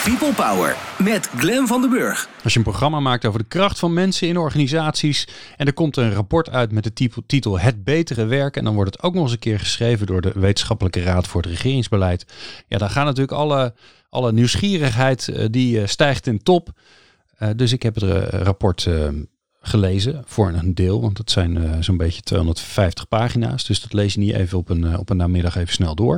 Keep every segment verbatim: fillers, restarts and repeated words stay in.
People Power met Glenn van den Burg. Als je een programma maakt over de kracht van mensen in organisaties en er komt een rapport uit met de titel Het Betere Werk en dan wordt het ook nog eens een keer geschreven door de Wetenschappelijke Raad voor het Regeringsbeleid. Ja, dan gaat natuurlijk alle, alle nieuwsgierigheid uh, die uh, stijgt in top. Uh, dus ik heb het uh, rapport uh, gelezen voor een deel, want het zijn uh, zo'n beetje tweehonderdvijftig pagina's. Dus dat lees je niet even op een, uh, op een namiddag even snel door.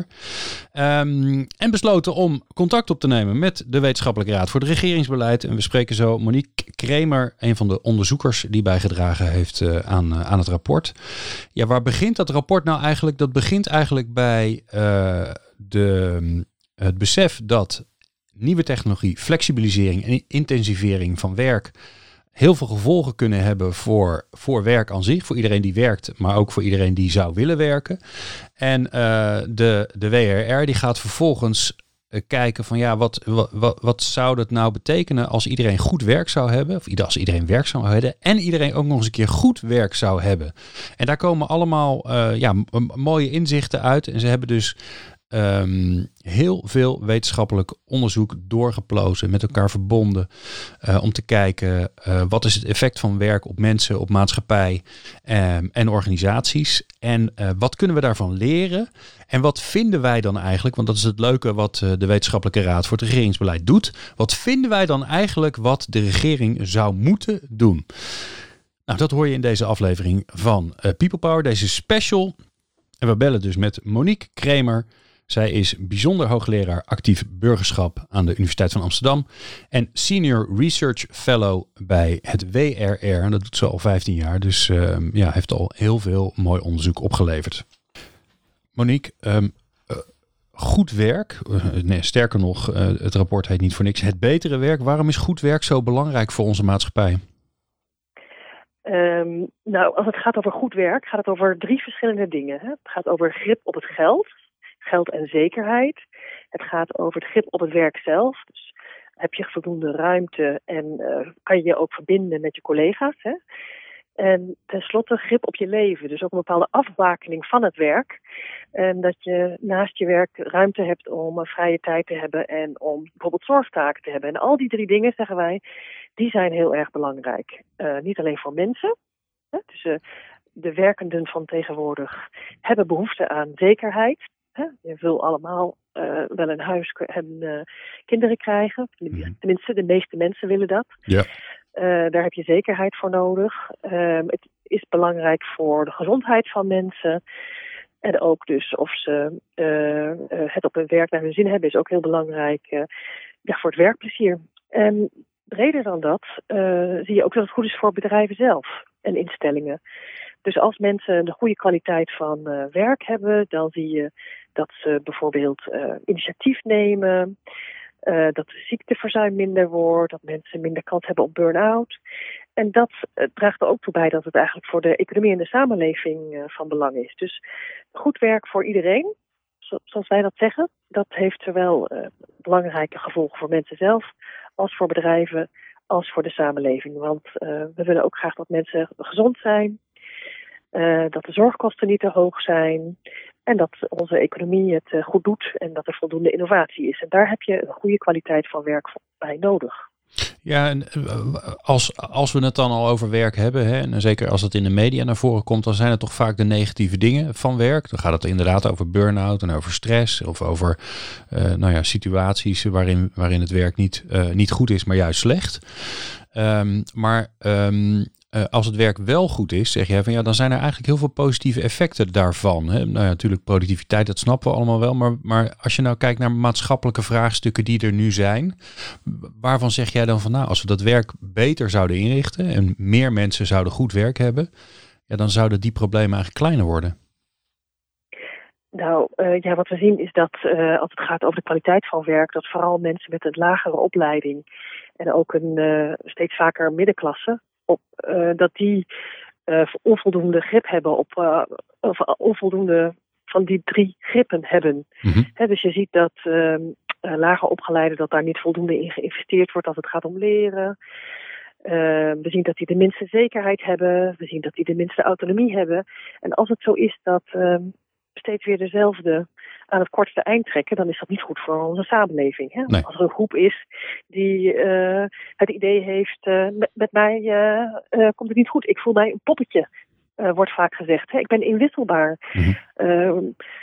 Um, en besloten om contact op te nemen met de Wetenschappelijke Raad voor het Regeringsbeleid. En we spreken zo Monique Kremer, een van de onderzoekers die bijgedragen heeft uh, aan, uh, aan het rapport. Ja, waar begint dat rapport nou eigenlijk? Dat begint eigenlijk bij uh, de, het besef dat nieuwe technologie, flexibilisering en intensivering van werk heel veel gevolgen kunnen hebben voor, voor werk aan zich. Voor iedereen die werkt, maar ook voor iedereen die zou willen werken. En uh, de, de W R R die gaat vervolgens uh, kijken van ja, wat, wat, wat zou dat nou betekenen als iedereen goed werk zou hebben? Of als iedereen werk zou hebben en iedereen ook nog eens een keer goed werk zou hebben. En daar komen allemaal uh, ja, m- mooie inzichten uit. En ze hebben dus Um, heel veel wetenschappelijk onderzoek doorgeplozen, met elkaar verbonden, uh, om te kijken uh, wat is het effect van werk op mensen, op maatschappij um, en organisaties. En uh, wat kunnen we daarvan leren? En wat vinden wij dan eigenlijk, want dat is het leuke wat uh, de Wetenschappelijke Raad voor het Regeringsbeleid doet. Wat vinden wij dan eigenlijk wat de regering zou moeten doen? Nou, dat hoor je in deze aflevering van uh, People Power, deze special. En we bellen dus met Monique Kremer. Zij is bijzonder hoogleraar actief burgerschap aan de Universiteit van Amsterdam en Senior Research Fellow bij het W R R. En dat doet ze al vijftien jaar, dus uh, ja, heeft al heel veel mooi onderzoek opgeleverd. Monique, um, uh, goed werk, uh, nee, sterker nog, uh, het rapport heet niet voor niks Het Betere Werk. Waarom is goed werk zo belangrijk voor onze maatschappij? Um, nou, als het gaat over goed werk, gaat het over drie verschillende dingen. Hè? Het gaat over grip op het geld, geld en zekerheid. Het gaat over het grip op het werk zelf. Dus heb je voldoende ruimte en uh, kan je je ook verbinden met je collega's. Hè? En tenslotte grip op je leven. Dus ook een bepaalde afbakening van het werk. En dat je naast je werk ruimte hebt om een vrije tijd te hebben en om bijvoorbeeld zorgtaken te hebben. En al die drie dingen, zeggen wij, die zijn heel erg belangrijk. Uh, niet alleen voor mensen. Hè? Dus uh, de werkenden van tegenwoordig hebben behoefte aan zekerheid. Hè? Je wil allemaal uh, wel een huis en uh, kinderen krijgen. Tenminste, de meeste mensen willen dat. Ja. Uh, daar heb je zekerheid voor nodig. Uh, het is belangrijk voor de gezondheid van mensen. En ook dus of ze uh, uh, het op hun werk naar hun zin hebben, is ook heel belangrijk uh, ja, voor het werkplezier. En breder dan dat uh, zie je ook dat het goed is voor bedrijven zelf en instellingen. Dus als mensen de goede kwaliteit van uh, werk hebben, dan zie je dat ze bijvoorbeeld uh, initiatief nemen. Uh, dat de ziekteverzuim minder wordt, dat mensen minder kans hebben op burn-out. En dat uh, draagt er ook toe bij dat het eigenlijk voor de economie en de samenleving uh, van belang is. Dus goed werk voor iedereen, zo, zoals wij dat zeggen, dat heeft zowel uh, belangrijke gevolgen voor mensen zelf, als voor bedrijven, als voor de samenleving. Want uh, we willen ook graag dat mensen gezond zijn, uh, dat de zorgkosten niet te hoog zijn en dat onze economie het uh, goed doet en dat er voldoende innovatie is. En daar heb je een goede kwaliteit van werk bij nodig. Ja, en als, als we het dan al over werk hebben, hè, en zeker als het in de media naar voren komt, dan zijn het toch vaak de negatieve dingen van werk. Dan gaat het inderdaad over burn-out en over stress of over uh, nou ja, situaties waarin, waarin het werk niet, uh, niet goed is, maar juist slecht. Um, maar um, uh, als het werk wel goed is, zeg jij van ja, dan zijn er eigenlijk heel veel positieve effecten daarvan. Hè? Nou ja, natuurlijk productiviteit, dat snappen we allemaal wel. Maar, maar als je nou kijkt naar maatschappelijke vraagstukken die er nu zijn, waarvan zeg jij dan van nou, als we dat werk beter zouden inrichten en meer mensen zouden goed werk hebben, ja, dan zouden die problemen eigenlijk kleiner worden? Nou, uh, ja, wat we zien is dat uh, als het gaat over de kwaliteit van werk, dat vooral mensen met een lagere opleiding en ook een uh, steeds vaker middenklasse, op, uh, dat die uh, onvoldoende grip hebben op, uh, of onvoldoende van die drie grippen hebben. Mm-hmm. He, dus je ziet dat uh, uh, lager opgeleiden, dat daar niet voldoende in geïnvesteerd wordt als het gaat om leren. Uh, we zien dat die de minste zekerheid hebben, we zien dat die de minste autonomie hebben. En als het zo is dat uh, steeds weer dezelfde aan het kortste eind trekken, dan is dat niet goed voor onze samenleving. Hè? Nee. Als er een groep is die uh, het idee heeft, uh, met, met mij uh, uh, komt het niet goed. Ik voel mij een poppetje, uh, wordt vaak gezegd. Hè? Ik ben inwisselbaar. Mm-hmm. Uh,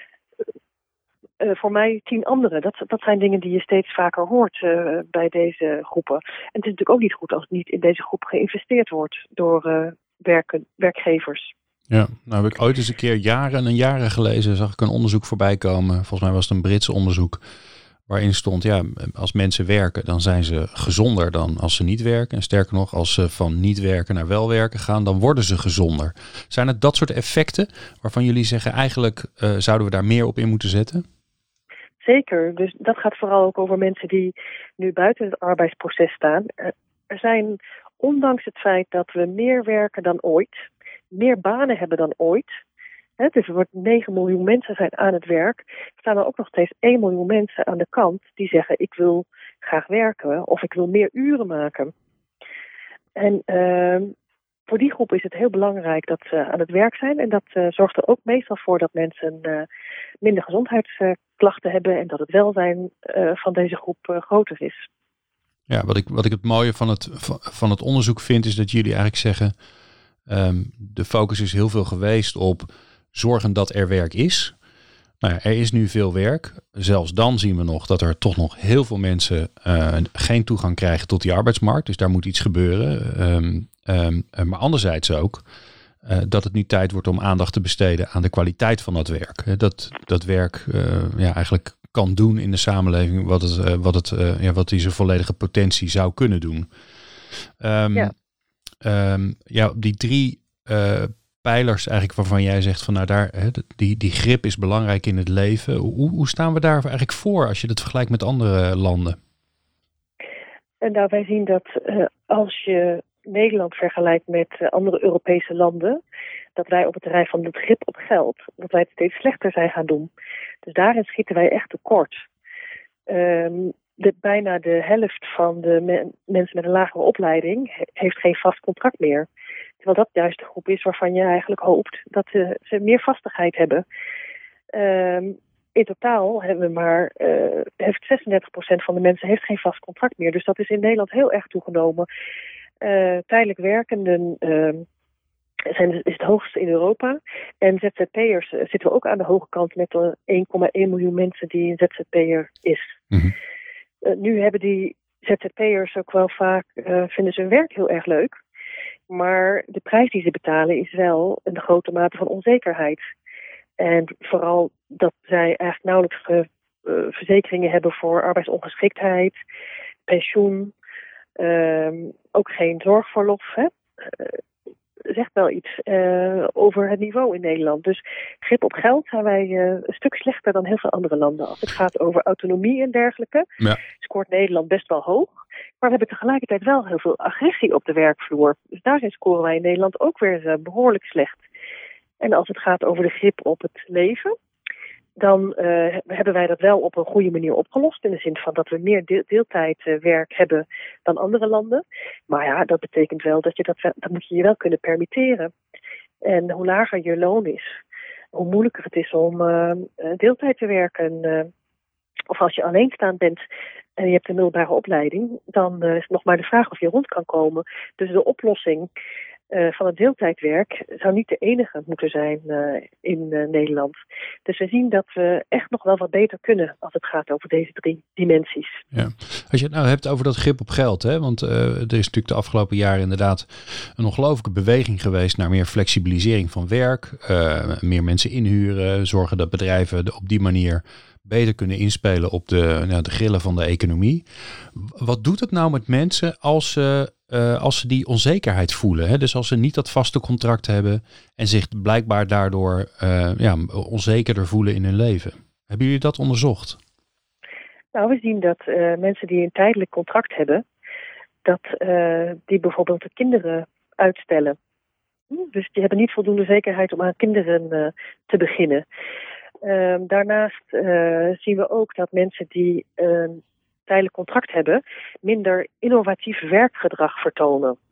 uh, voor mij tien anderen. Dat, dat zijn dingen die je steeds vaker hoort uh, bij deze groepen. En het is natuurlijk ook niet goed als niet in deze groep geïnvesteerd wordt door uh, werken, werkgevers. Ja, nou heb ik ooit eens een keer jaren en jaren gelezen, zag ik een onderzoek voorbij komen. Volgens mij was het een Brits onderzoek waarin stond, ja, als mensen werken, dan zijn ze gezonder dan als ze niet werken. En sterker nog, als ze van niet werken naar wel werken gaan, dan worden ze gezonder. Zijn het dat soort effecten waarvan jullie zeggen, eigenlijk uh, zouden we daar meer op in moeten zetten? Zeker, dus dat gaat vooral ook over mensen die nu buiten het arbeidsproces staan. Er zijn, ondanks het feit dat we meer werken dan ooit, meer banen hebben dan ooit. He, dus er wordt negen miljoen mensen zijn aan het werk. Staan er ook nog steeds één miljoen mensen aan de kant die zeggen, ik wil graag werken of ik wil meer uren maken. En uh, voor die groep is het heel belangrijk dat ze aan het werk zijn. En dat uh, zorgt er ook meestal voor dat mensen uh, minder gezondheidsklachten hebben en dat het welzijn uh, van deze groep uh, groter is. Ja, wat ik, wat ik het mooie van het, van het onderzoek vind is dat jullie eigenlijk zeggen, Um, de focus is heel veel geweest op zorgen dat er werk is. Nou ja, er is nu veel werk. Zelfs dan zien we nog dat er toch nog heel veel mensen uh, geen toegang krijgen tot die arbeidsmarkt. Dus daar moet iets gebeuren. Um, um, maar anderzijds ook uh, dat het nu tijd wordt om aandacht te besteden aan de kwaliteit van dat werk. Dat dat werk uh, ja, eigenlijk kan doen in de samenleving wat het, uh, wat het, uh, ja, wat die zijn volledige potentie zou kunnen doen. Um, ja. Um, ja, die drie uh, pijlers eigenlijk waarvan jij zegt van nou daar, hè, die, die grip is belangrijk in het leven. Hoe, hoe staan we daar eigenlijk voor als je dat vergelijkt met andere landen? En nou, wij zien dat uh, als je Nederland vergelijkt met uh, andere Europese landen, dat wij op het terrein van het grip op geld, dat wij het steeds slechter zijn gaan doen. Dus daarin schieten wij echt tekort. Um, De, bijna de helft van de men, mensen met een lagere opleiding he, heeft geen vast contract meer. Terwijl dat juist de groep is waarvan je eigenlijk hoopt dat uh, ze meer vastigheid hebben. Um, in totaal hebben we maar, uh, heeft zesendertig procent van de mensen heeft geen vast contract meer. Dus dat is in Nederland heel erg toegenomen. Uh, tijdelijk werkenden uh, zijn, is het hoogste in Europa. En Z Z P'ers uh, zitten we ook aan de hoge kant met uh, één komma één miljoen mensen die een Z Z P'er is. Mm-hmm. Uh, nu hebben die Z Z P'ers ook wel vaak, uh, vinden ze hun werk heel erg leuk. Maar de prijs die ze betalen is wel een grote mate van onzekerheid. En vooral dat zij eigenlijk nauwelijks ge, uh, verzekeringen hebben voor arbeidsongeschiktheid, pensioen, uh, ook geen zorgverlof. Hè? Uh, zegt wel iets uh, over het niveau in Nederland. Dus grip op geld zijn wij uh, een stuk slechter dan heel veel andere landen. Als het gaat over autonomie en dergelijke, ja. Scoort Nederland best wel hoog. Maar we hebben tegelijkertijd wel heel veel agressie op de werkvloer. Dus daarin scoren wij in Nederland ook weer uh, behoorlijk slecht. En als het gaat over de grip op het leven, dan uh, hebben wij dat wel op een goede manier opgelost. In de zin van dat we meer deel- deeltijdwerk uh, hebben dan andere landen. Maar ja, dat betekent wel dat je dat, dat moet je je wel kunnen permitteren. En hoe lager je loon is, hoe moeilijker het is om uh, deeltijd te werken. Uh, of als je alleenstaand bent en je hebt een middelbare opleiding, dan uh, is het nog maar de vraag of je rond kan komen. Dus de oplossing Uh, van het deeltijdwerk zou niet de enige moeten zijn uh, in uh, Nederland. Dus we zien dat we echt nog wel wat beter kunnen als het gaat over deze drie dimensies. Ja. Als je het nou hebt over dat grip op geld, hè? Want uh, er is natuurlijk de afgelopen jaren inderdaad een ongelooflijke beweging geweest naar meer flexibilisering van werk, uh, meer mensen inhuren, zorgen dat bedrijven op die manier beter kunnen inspelen op de, nou, de grillen van de economie. Wat doet het nou met mensen als ze, uh, als ze die onzekerheid voelen? Hè? Dus als ze niet dat vaste contract hebben en zich blijkbaar daardoor uh, ja, onzekerder voelen in hun leven. Hebben jullie dat onderzocht? Nou, we zien dat uh, mensen die een tijdelijk contract hebben, dat uh, die bijvoorbeeld de kinderen uitstellen. Dus die hebben niet voldoende zekerheid om aan kinderen uh, te beginnen. Uh, daarnaast uh, zien we ook dat mensen die een tijdelijk contract hebben minder innovatief werkgedrag vertonen.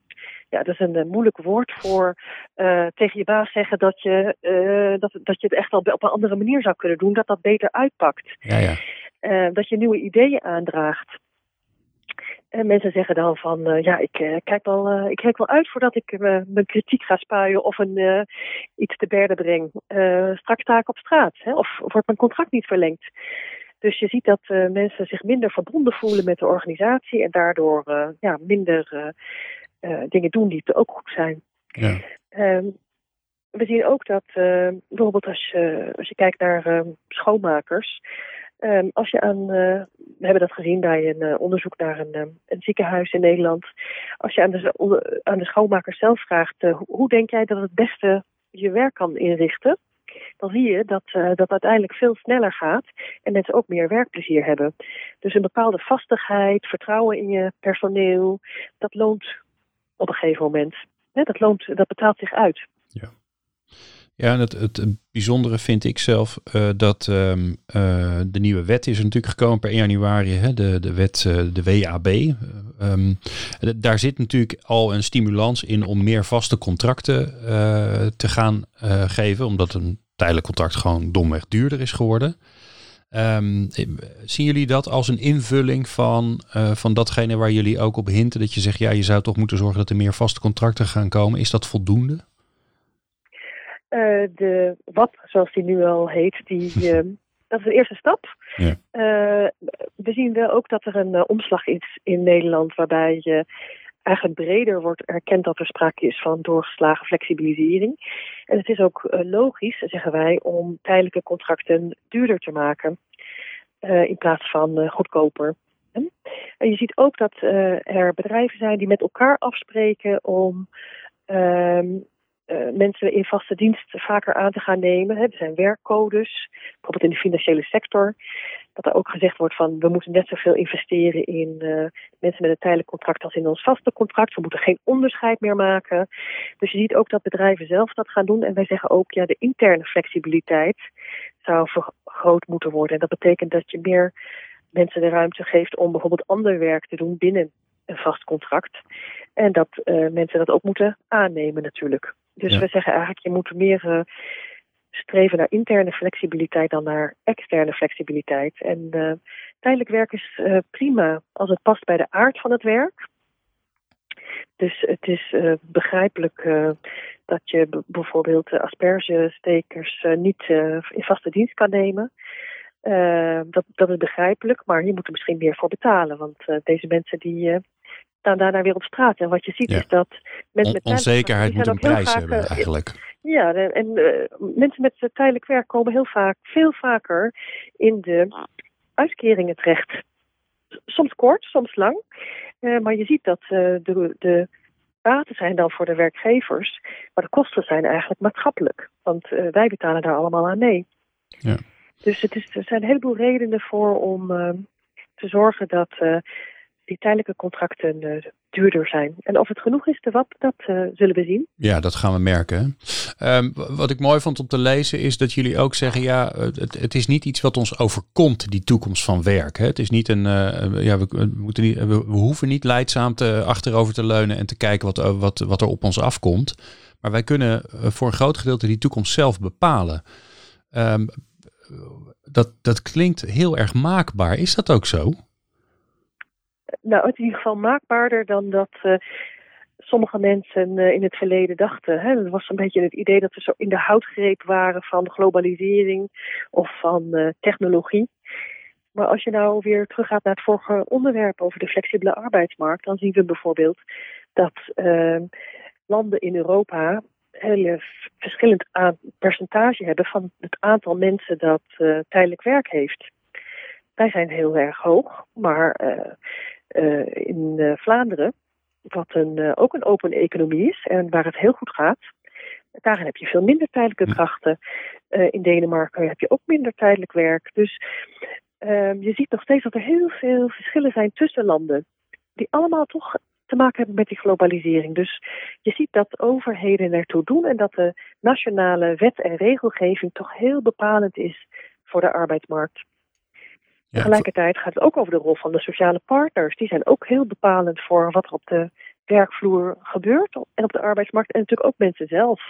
ja, dat is een uh, moeilijk woord voor uh, tegen je baas zeggen dat je, uh, dat, dat je het echt al op een andere manier zou kunnen doen, dat dat beter uitpakt. Ja, ja. Uh, dat je nieuwe ideeën aandraagt. En mensen zeggen dan van, uh, ja, ik, uh, kijk wel, uh, ik kijk wel uit voordat ik uh, mijn kritiek ga spuien of een, uh, iets te berde breng. Uh, straks sta ik op straat, hè, of wordt mijn contract niet verlengd. Dus je ziet dat uh, mensen zich minder verbonden voelen met de organisatie en daardoor uh, ja, minder uh, uh, dingen doen die ook goed zijn. Ja. Um, we zien ook dat uh, bijvoorbeeld als je, als je kijkt naar uh, schoonmakers. Um, als je aan, uh, we hebben dat gezien bij een uh, onderzoek naar een, uh, een ziekenhuis in Nederland. Als je aan de, aan de schoonmaker zelf vraagt, uh, hoe denk jij dat het beste je werk kan inrichten? Dan zie je dat uh, dat uiteindelijk veel sneller gaat en mensen ook meer werkplezier hebben. Dus een bepaalde vastigheid, vertrouwen in je personeel, dat loont op een gegeven moment. Hè, dat loont, dat betaalt zich uit. Ja. Ja, en het, het bijzondere vind ik zelf uh, dat um, uh, de nieuwe wet is natuurlijk gekomen per één januari, hè, de, de wet, uh, de W A B. Um, daar zit natuurlijk al een stimulans in om meer vaste contracten uh, te gaan uh, geven, omdat een tijdelijk contract gewoon domweg duurder is geworden. Um, zien jullie dat als een invulling van, uh, van datgene waar jullie ook op hinten, dat je zegt, ja, je zou toch moeten zorgen dat er meer vaste contracten gaan komen? Is dat voldoende? Uh, de W A B, zoals die nu al heet, die, uh, dat is de eerste stap. Ja. Uh, we zien wel ook dat er een uh, omslag is in Nederland, waarbij je eigenlijk breder wordt erkend dat er sprake is van doorgeslagen flexibilisering. En het is ook uh, logisch, zeggen wij, om tijdelijke contracten duurder te maken uh, in plaats van uh, goedkoper. En je ziet ook dat uh, er bedrijven zijn die met elkaar afspreken om Uh, Uh, mensen in vaste dienst vaker aan te gaan nemen. Hè. Er zijn werkcodes, bijvoorbeeld in de financiële sector, dat er ook gezegd wordt van we moeten net zoveel investeren in uh, mensen met een tijdelijk contract als in ons vaste contract. We moeten geen onderscheid meer maken. Dus je ziet ook dat bedrijven zelf dat gaan doen. En wij zeggen ook, ja, de interne flexibiliteit zou vergroot moeten worden. En dat betekent dat je meer mensen de ruimte geeft om bijvoorbeeld ander werk te doen binnen een vast contract. En dat uh, mensen dat ook moeten aannemen natuurlijk. Dus ja. we zeggen eigenlijk, je moet meer uh, streven naar interne flexibiliteit dan naar externe flexibiliteit. En uh, tijdelijk werk is uh, prima als het past bij de aard van het werk. Dus het is uh, begrijpelijk uh, dat je b- bijvoorbeeld uh, aspergestekers uh, niet uh, in vaste dienst kan nemen. Uh, dat, dat is begrijpelijk, maar je moet er misschien meer voor betalen. Want uh, deze mensen die uh, staan daarna weer op straat. En wat je ziet ja. is dat mensen met On- onzekerheid moet een prijs hebben vaak, eigenlijk. Ja, en uh, mensen met tijdelijk werk komen heel vaak, veel vaker in de uitkeringen terecht. Soms kort, soms lang. Uh, maar je ziet dat uh, de, de baten zijn dan voor de werkgevers, maar de kosten zijn eigenlijk maatschappelijk. Want uh, wij betalen daar allemaal aan mee. Ja. Dus het is, er zijn een heleboel redenen voor om uh, te zorgen dat uh, die tijdelijke contracten uh, duurder zijn. En of het genoeg is, de W A B, dat uh, zullen we zien. Ja, dat gaan we merken. Um, wat ik mooi vond om te lezen is dat jullie ook zeggen, ja, het, het is niet iets wat ons overkomt, die toekomst van werk. Hè? Het is niet een, uh, ja, we, we, moeten niet, we, we hoeven niet lijdzaam te, achterover te leunen en te kijken wat, wat, wat er op ons afkomt. Maar wij kunnen voor een groot gedeelte die toekomst zelf bepalen. Um, dat, dat klinkt heel erg maakbaar. Is dat ook zo? Nou, het is in ieder geval maakbaarder dan dat uh, sommige mensen uh, in het verleden dachten. Hè. Er was een beetje het idee dat we zo in de houtgreep waren van globalisering of van uh, technologie. Maar als je nou weer teruggaat naar het vorige onderwerp over de flexibele arbeidsmarkt, dan zien we bijvoorbeeld dat uh, landen in Europa heel verschillend aan percentage hebben van het aantal mensen dat uh, tijdelijk werk heeft. Wij zijn heel erg hoog, maar uh, uh, in uh, Vlaanderen, wat een, uh, ook een open economie is en waar het heel goed gaat, daarin heb je veel minder tijdelijke krachten. Uh, in Denemarken heb je ook minder tijdelijk werk. Dus uh, je ziet nog steeds dat er heel veel verschillen zijn tussen landen, die allemaal toch te maken hebben met die globalisering. Dus je ziet dat overheden ertoe doen en dat de nationale wet en regelgeving toch heel bepalend is voor de arbeidsmarkt. Ja, tegelijkertijd gaat het ook over de rol van de sociale partners. Die zijn ook heel bepalend voor wat er op de werkvloer gebeurt en op de arbeidsmarkt en natuurlijk ook mensen zelf.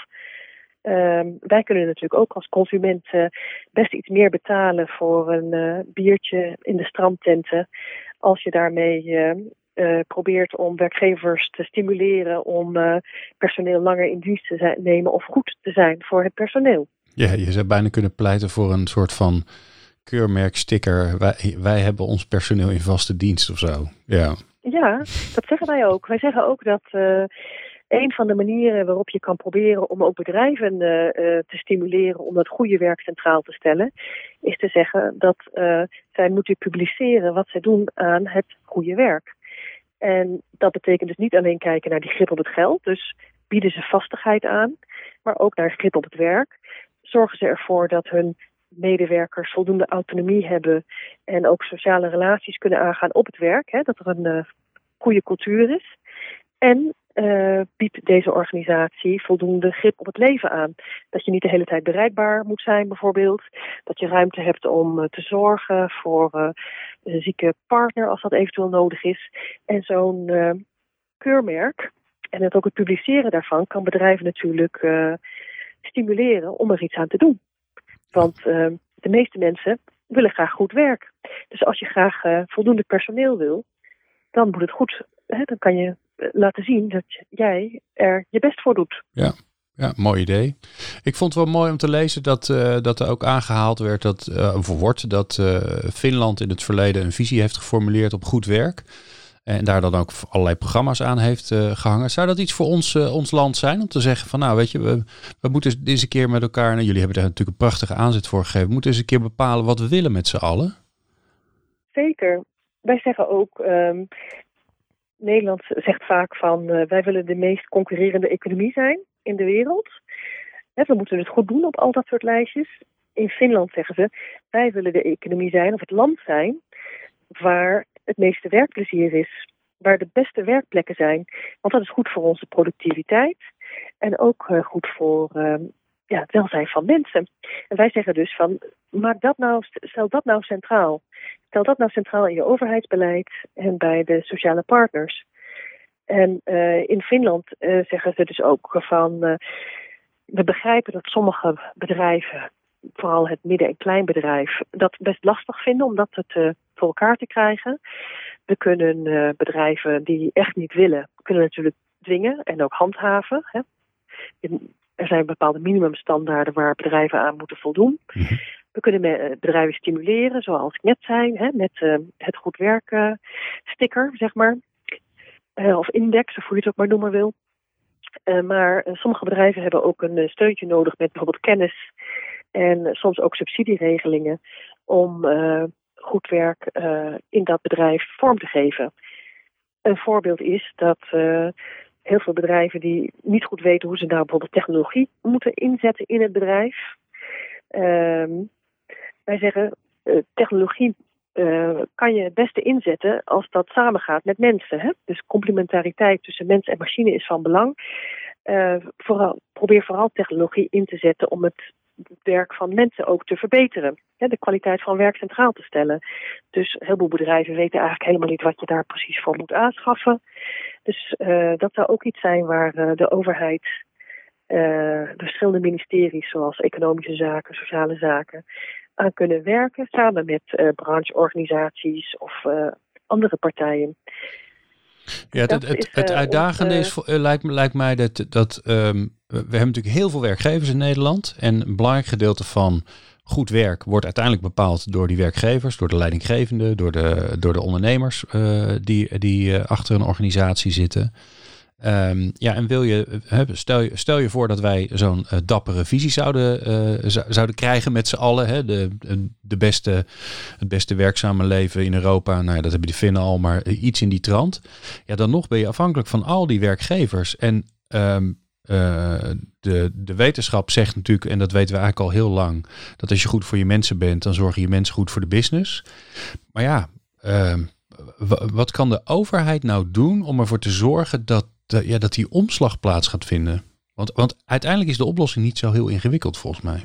Um, wij kunnen natuurlijk ook als consument uh, best iets meer betalen voor een uh, biertje in de strandtenten als je daarmee uh, uh, probeert om werkgevers te stimuleren om uh, personeel langer in dienst te zijn, nemen of goed te zijn voor het personeel. Ja, je zou bijna kunnen pleiten voor een soort van keurmerksticker. Wij, wij hebben ons personeel in vaste dienst of zo. Ja. Ja, dat zeggen wij ook. Wij zeggen ook dat uh, een van de manieren waarop je kan proberen om ook bedrijven uh, uh, te stimuleren om dat goede werk centraal te stellen, is te zeggen dat uh, zij moeten publiceren wat zij doen aan het goede werk. En dat betekent dus niet alleen kijken naar die grip op het geld, dus bieden ze vastigheid aan, maar ook naar grip op het werk. Zorgen ze ervoor dat hun medewerkers voldoende autonomie hebben en ook sociale relaties kunnen aangaan op het werk. Hè, dat er een uh, goede cultuur is. En uh, biedt deze organisatie voldoende grip op het leven aan. Dat je niet de hele tijd bereikbaar moet zijn bijvoorbeeld. Dat je ruimte hebt om uh, te zorgen voor uh, een zieke partner als dat eventueel nodig is. En zo'n uh, keurmerk en het ook het publiceren daarvan kan bedrijven natuurlijk uh, stimuleren om er iets aan te doen. Want uh, de meeste mensen willen graag goed werk. Dus als je graag uh, voldoende personeel wil, dan moet het goed. Hè, dan kan je uh, laten zien dat jij er je best voor doet. Ja, ja, mooi idee. Ik vond het wel mooi om te lezen dat, uh, dat er ook aangehaald werd dat, uh, of wordt dat uh, Finland in het verleden een visie heeft geformuleerd op goed werk. En daar dan ook allerlei programma's aan heeft uh, gehangen. Zou dat iets voor ons, uh, ons land zijn? Om te zeggen van nou weet je, we, we moeten eens een keer met elkaar. En jullie hebben daar natuurlijk een prachtige aanzet voor gegeven. We moeten eens een keer bepalen wat we willen met z'n allen. Zeker. Wij zeggen ook, um, Nederland zegt vaak van uh, wij willen de meest concurrerende economie zijn in de wereld. He, we moeten het goed doen op al dat soort lijstjes. In Finland zeggen ze, wij willen de economie zijn of het land zijn waar het meeste werkplezier is. Waar de beste werkplekken zijn. Want dat is goed voor onze productiviteit. En ook uh, goed voor uh, ja, het welzijn van mensen. En wij zeggen dus van, maak dat nou, stel dat nou centraal. Stel dat nou centraal in je overheidsbeleid en bij de sociale partners. En uh, in Finland uh, zeggen ze dus ook van, uh, we begrijpen dat sommige bedrijven, vooral het midden- en kleinbedrijf, dat best lastig vinden om dat het uh, voor elkaar te krijgen. We kunnen uh, bedrijven die echt niet willen, kunnen natuurlijk dwingen en ook handhaven. Hè. Er zijn bepaalde minimumstandaarden waar bedrijven aan moeten voldoen. Mm-hmm. We kunnen uh, bedrijven stimuleren, zoals ik net zei, hè, met uh, het goed werken sticker, zeg maar. Uh, of index, of hoe je het ook maar noemen wil. Uh, maar uh, sommige bedrijven hebben ook een uh, steuntje nodig met bijvoorbeeld kennis en uh, soms ook subsidieregelingen om uh, goed werk uh, in dat bedrijf vorm te geven. Een voorbeeld is dat uh, heel veel bedrijven die niet goed weten hoe ze nou bijvoorbeeld technologie moeten inzetten in het bedrijf. Uh, wij zeggen, uh, technologie uh, kan je het beste inzetten als dat samengaat met mensen. Hè? Dus complementariteit tussen mens en machine is van belang. Uh, vooral, probeer vooral technologie in te zetten om het werk van mensen ook te verbeteren. Ja, de kwaliteit van werk centraal te stellen. Dus een heleboel bedrijven weten eigenlijk helemaal niet wat je daar precies voor moet aanschaffen. Dus uh, dat zou ook iets zijn waar uh, de overheid, uh, de verschillende ministeries zoals economische zaken, sociale zaken, aan kunnen werken samen met uh, brancheorganisaties of uh, andere partijen. Ja, het, het, het, het uitdagende is, uh, lijkt, lijkt mij dat, dat um, we hebben natuurlijk heel veel werkgevers in Nederland. En een belangrijk gedeelte van goed werk wordt uiteindelijk bepaald door die werkgevers, door de leidinggevenden, door de, door de ondernemers uh, die, die uh, achter een organisatie zitten. Um, ja, en wil je, stel je, stel je voor dat wij zo'n uh, dappere visie zouden, uh, z- zouden krijgen met z'n allen. Hè, de, de beste, het beste werkzame leven in Europa. Nou ja, dat hebben de Finnen al, maar iets in die trant. Ja, dan nog ben je afhankelijk van al die werkgevers. En um, uh, de, de wetenschap zegt natuurlijk, en dat weten we eigenlijk al heel lang, dat als je goed voor je mensen bent, dan zorgen je mensen goed voor de business. Maar ja, um, w- wat kan de overheid nou doen om ervoor te zorgen dat De, ja, dat die omslag plaats gaat vinden. Want, want uiteindelijk is de oplossing niet zo heel ingewikkeld volgens mij.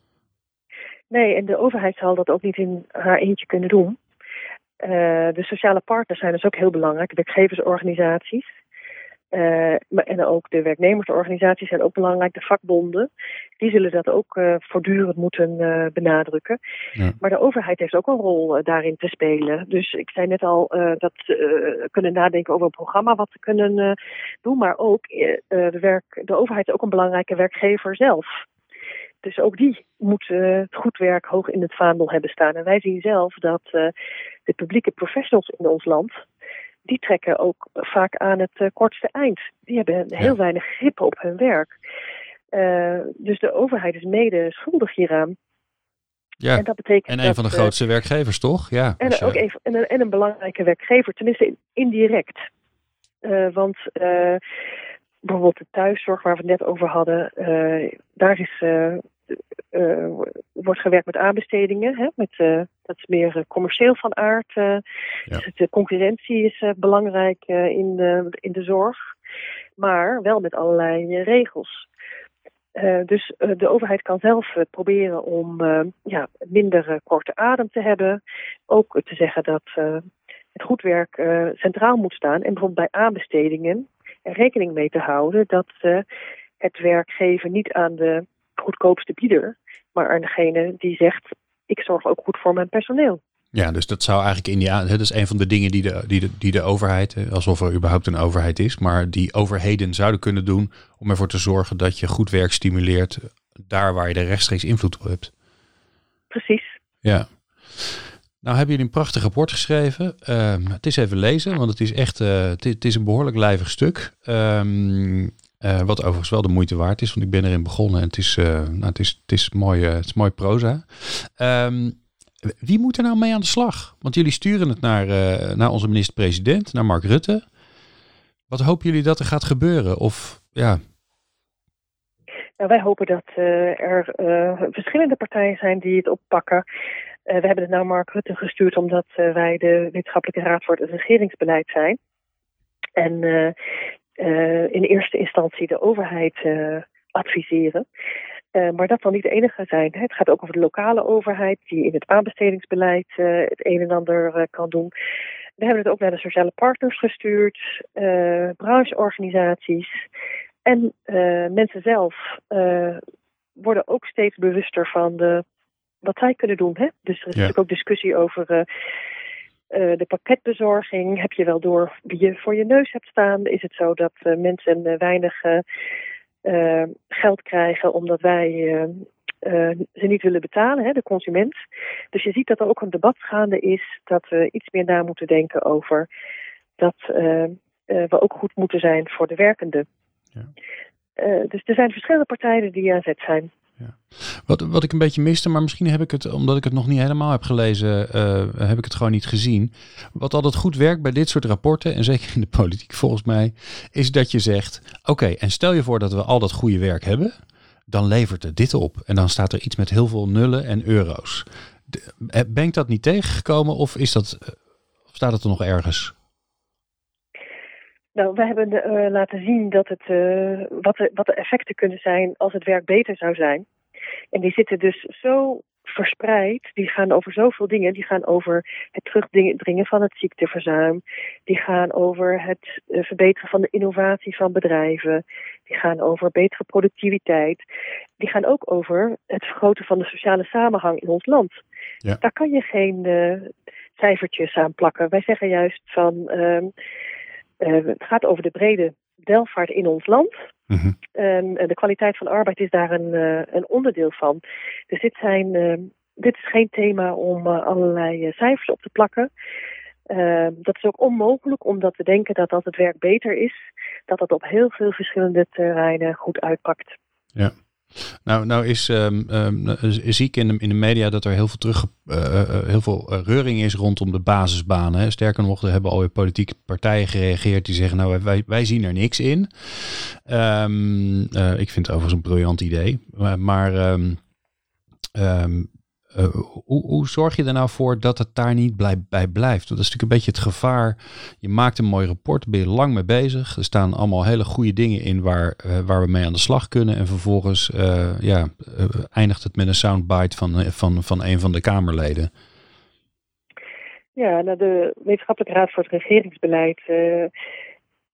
Nee, en de overheid zal dat ook niet in haar eentje kunnen doen. Uh, de sociale partners zijn dus ook heel belangrijk, de werkgeversorganisaties. Uh, maar, en ook de werknemersorganisaties zijn ook belangrijk, de vakbonden. Die zullen dat ook uh, voortdurend moeten uh, benadrukken. Ja. Maar de overheid heeft ook een rol uh, daarin te spelen. Dus ik zei net al uh, dat we uh, kunnen nadenken over een programma wat we kunnen uh, doen. Maar ook uh, de, werk, de overheid is ook een belangrijke werkgever zelf. Dus ook die moet uh, het goed werk hoog in het vaandel hebben staan. En wij zien zelf dat uh, de publieke professionals in ons land, die trekken ook vaak aan het uh, kortste eind. Die hebben heel ja. weinig grip op hun werk. Uh, dus de overheid is mede schuldig hieraan. Ja. En, dat betekent en een dat, van de grootste uh, werkgevers, toch? Ja, en, je... ook even, en, een, en een belangrijke werkgever, tenminste indirect. Uh, want uh, bijvoorbeeld de thuiszorg waar we het net over hadden, uh, daar is... Uh, Uh, wordt gewerkt met aanbestedingen. Hè? Met, uh, dat is meer uh, commercieel van aard. Uh, ja. Dus de concurrentie is uh, belangrijk uh, in, uh, in de zorg. Maar wel met allerlei uh, regels. Uh, dus uh, de overheid kan zelf uh, proberen om uh, ja, minder uh, korte adem te hebben. Ook uh, te zeggen dat uh, het goed werk uh, centraal moet staan. En bijvoorbeeld bij aanbestedingen er rekening mee te houden dat uh, het werk geven niet aan de goedkoopste bieder, maar aan degene die zegt, ik zorg ook goed voor mijn personeel. Ja, dus dat zou eigenlijk in die dat is een van de dingen die de, die de, die de overheid, alsof er überhaupt een overheid is, maar die overheden zouden kunnen doen om ervoor te zorgen dat je goed werk stimuleert daar waar je er rechtstreeks invloed op hebt. Precies. Ja. Nou hebben jullie een prachtig rapport geschreven. Uh, het is even lezen, want het is echt, uh, het, is, het is een behoorlijk lijvig stuk. Um, Uh, wat overigens wel de moeite waard is, want ik ben erin begonnen en het is, uh, nou, het is, het is, mooi, uh, het is mooi proza. Um, wie moet er nou mee aan de slag? Want jullie sturen het naar, uh, naar onze minister-president, naar Mark Rutte. Wat hopen jullie dat er gaat gebeuren? Of ja... Nou, wij hopen dat uh, er uh, verschillende partijen zijn die het oppakken. Uh, we hebben het naar Mark Rutte gestuurd omdat uh, wij de Wetenschappelijke Raad voor het Regeringsbeleid zijn. En uh, uh, in eerste instantie de overheid uh, adviseren. Uh, maar dat zal niet de enige zijn. Hè. Het gaat ook over de lokale overheid die in het aanbestedingsbeleid uh, het een en ander uh, kan doen. We hebben het ook naar de sociale partners gestuurd, uh, brancheorganisaties. En uh, mensen zelf uh, worden ook steeds bewuster van de, wat zij kunnen doen. Hè? Dus er is ja. natuurlijk ook discussie over uh, uh, de pakketbezorging. Heb je wel door wie je voor je neus hebt staan? Is het zo dat uh, mensen uh, weinig uh, uh, geld krijgen omdat wij uh, uh, ze niet willen betalen, hè, de consument? Dus je ziet dat er ook een debat gaande is dat we iets meer na moeten denken over dat uh, uh, we ook goed moeten zijn voor de werkenden. Ja. Uh, dus er zijn verschillende partijen die aan zet zijn. Ja. Wat, wat ik een beetje miste, maar misschien heb ik het, omdat ik het nog niet helemaal heb gelezen, uh, heb ik het gewoon niet gezien. Wat altijd goed werkt bij dit soort rapporten, en zeker in de politiek volgens mij, is dat je zegt, oké, okay, en stel je voor dat we al dat goede werk hebben, dan levert het dit op. En dan staat er iets met heel veel nullen en euro's. De, ben ik dat niet tegengekomen of is dat, of staat het er nog ergens? Nou, we hebben uh, laten zien dat het, uh, wat, de, wat de effecten kunnen zijn als het werk beter zou zijn. En die zitten dus zo verspreid, die gaan over zoveel dingen. Die gaan over het terugdringen van het ziekteverzuim. Die gaan over het uh, verbeteren van de innovatie van bedrijven. Die gaan over betere productiviteit. Die gaan ook over het vergroten van de sociale samenhang in ons land. Ja. Daar kan je geen uh, cijfertjes aan plakken. Wij zeggen juist van... Uh, Uh, het gaat over de brede welvaart in ons land. Mm-hmm. Um, de kwaliteit van arbeid is daar een, uh, een onderdeel van. Dus dit, zijn, uh, dit is geen thema om uh, allerlei uh, cijfers op te plakken. Uh, dat is ook onmogelijk, omdat we denken dat als het werk beter is, dat dat op heel veel verschillende terreinen goed uitpakt. Ja. Nou, nou is, um, um, zie ik in de, in de media dat er heel veel, terug, uh, uh, heel veel reuring is rondom de basisbanen. Hè. Sterker nog, er hebben alweer politieke partijen gereageerd die zeggen, nou wij, wij zien er niks in. Um, uh, ik vind het overigens een briljant idee. Maar, maar um, um, uh, hoe, hoe zorg je er nou voor dat het daar niet blij, bij blijft? Dat is natuurlijk een beetje het gevaar. Je maakt een mooi rapport, daar ben je lang mee bezig. Er staan allemaal hele goede dingen in waar, uh, waar we mee aan de slag kunnen. En vervolgens uh, ja, uh, eindigt het met een soundbite van, van, van een van de Kamerleden. Ja, nou de Wetenschappelijke Raad voor het Regeringsbeleid uh,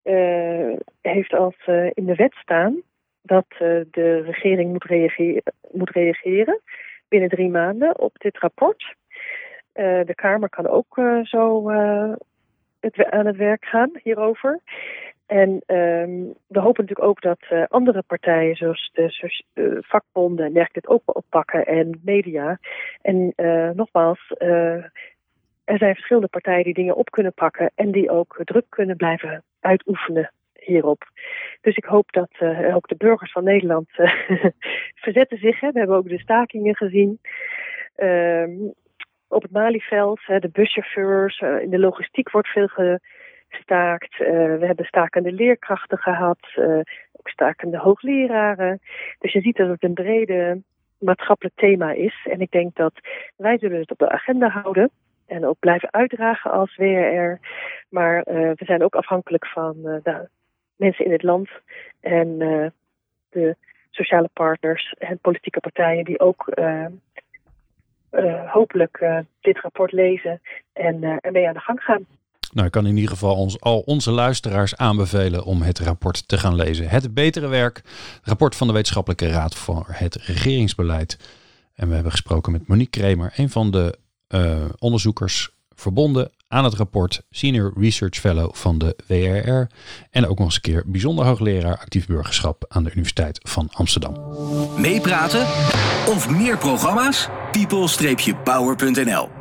uh, heeft als uh, in de wet staan dat uh, de regering moet reageren, moet reageren binnen drie maanden op dit rapport. Uh, de Kamer kan ook uh, zo uh, het, aan het werk gaan hierover. En um, we hopen natuurlijk ook dat uh, andere partijen, zoals de uh, vakbonden, en dergelijke, dit ook wel oppakken en media. En uh, nogmaals, uh, er zijn verschillende partijen die dingen op kunnen pakken en die ook druk kunnen blijven uitoefenen hierop. Dus ik hoop dat uh, ook de burgers van Nederland uh, verzetten zich. Hè. We hebben ook de stakingen gezien. Um, op het Malieveld, hè, de buschauffeurs, uh, in de logistiek wordt veel gestaakt. Uh, we hebben stakende leerkrachten gehad, uh, ook stakende hoogleraren. Dus je ziet dat het een brede maatschappelijk thema is. En ik denk dat wij zullen het op de agenda houden en ook blijven uitdragen als W R R. Maar uh, we zijn ook afhankelijk van uh, de mensen in het land en uh, de sociale partners en politieke partijen die ook uh, uh, hopelijk uh, dit rapport lezen en uh, ermee aan de gang gaan. Nou, ik kan in ieder geval ons, al onze luisteraars aanbevelen om het rapport te gaan lezen. Het Betere Werk, rapport van de Wetenschappelijke Raad voor het Regeringsbeleid. En we hebben gesproken met Monique Kremer, een van de uh, onderzoekers verbonden aan het rapport, Senior Research Fellow van de W R R en ook nog eens een keer bijzonder hoogleraar actief burgerschap aan de Universiteit van Amsterdam. Meepraten of meer programma's? people dash power punt n l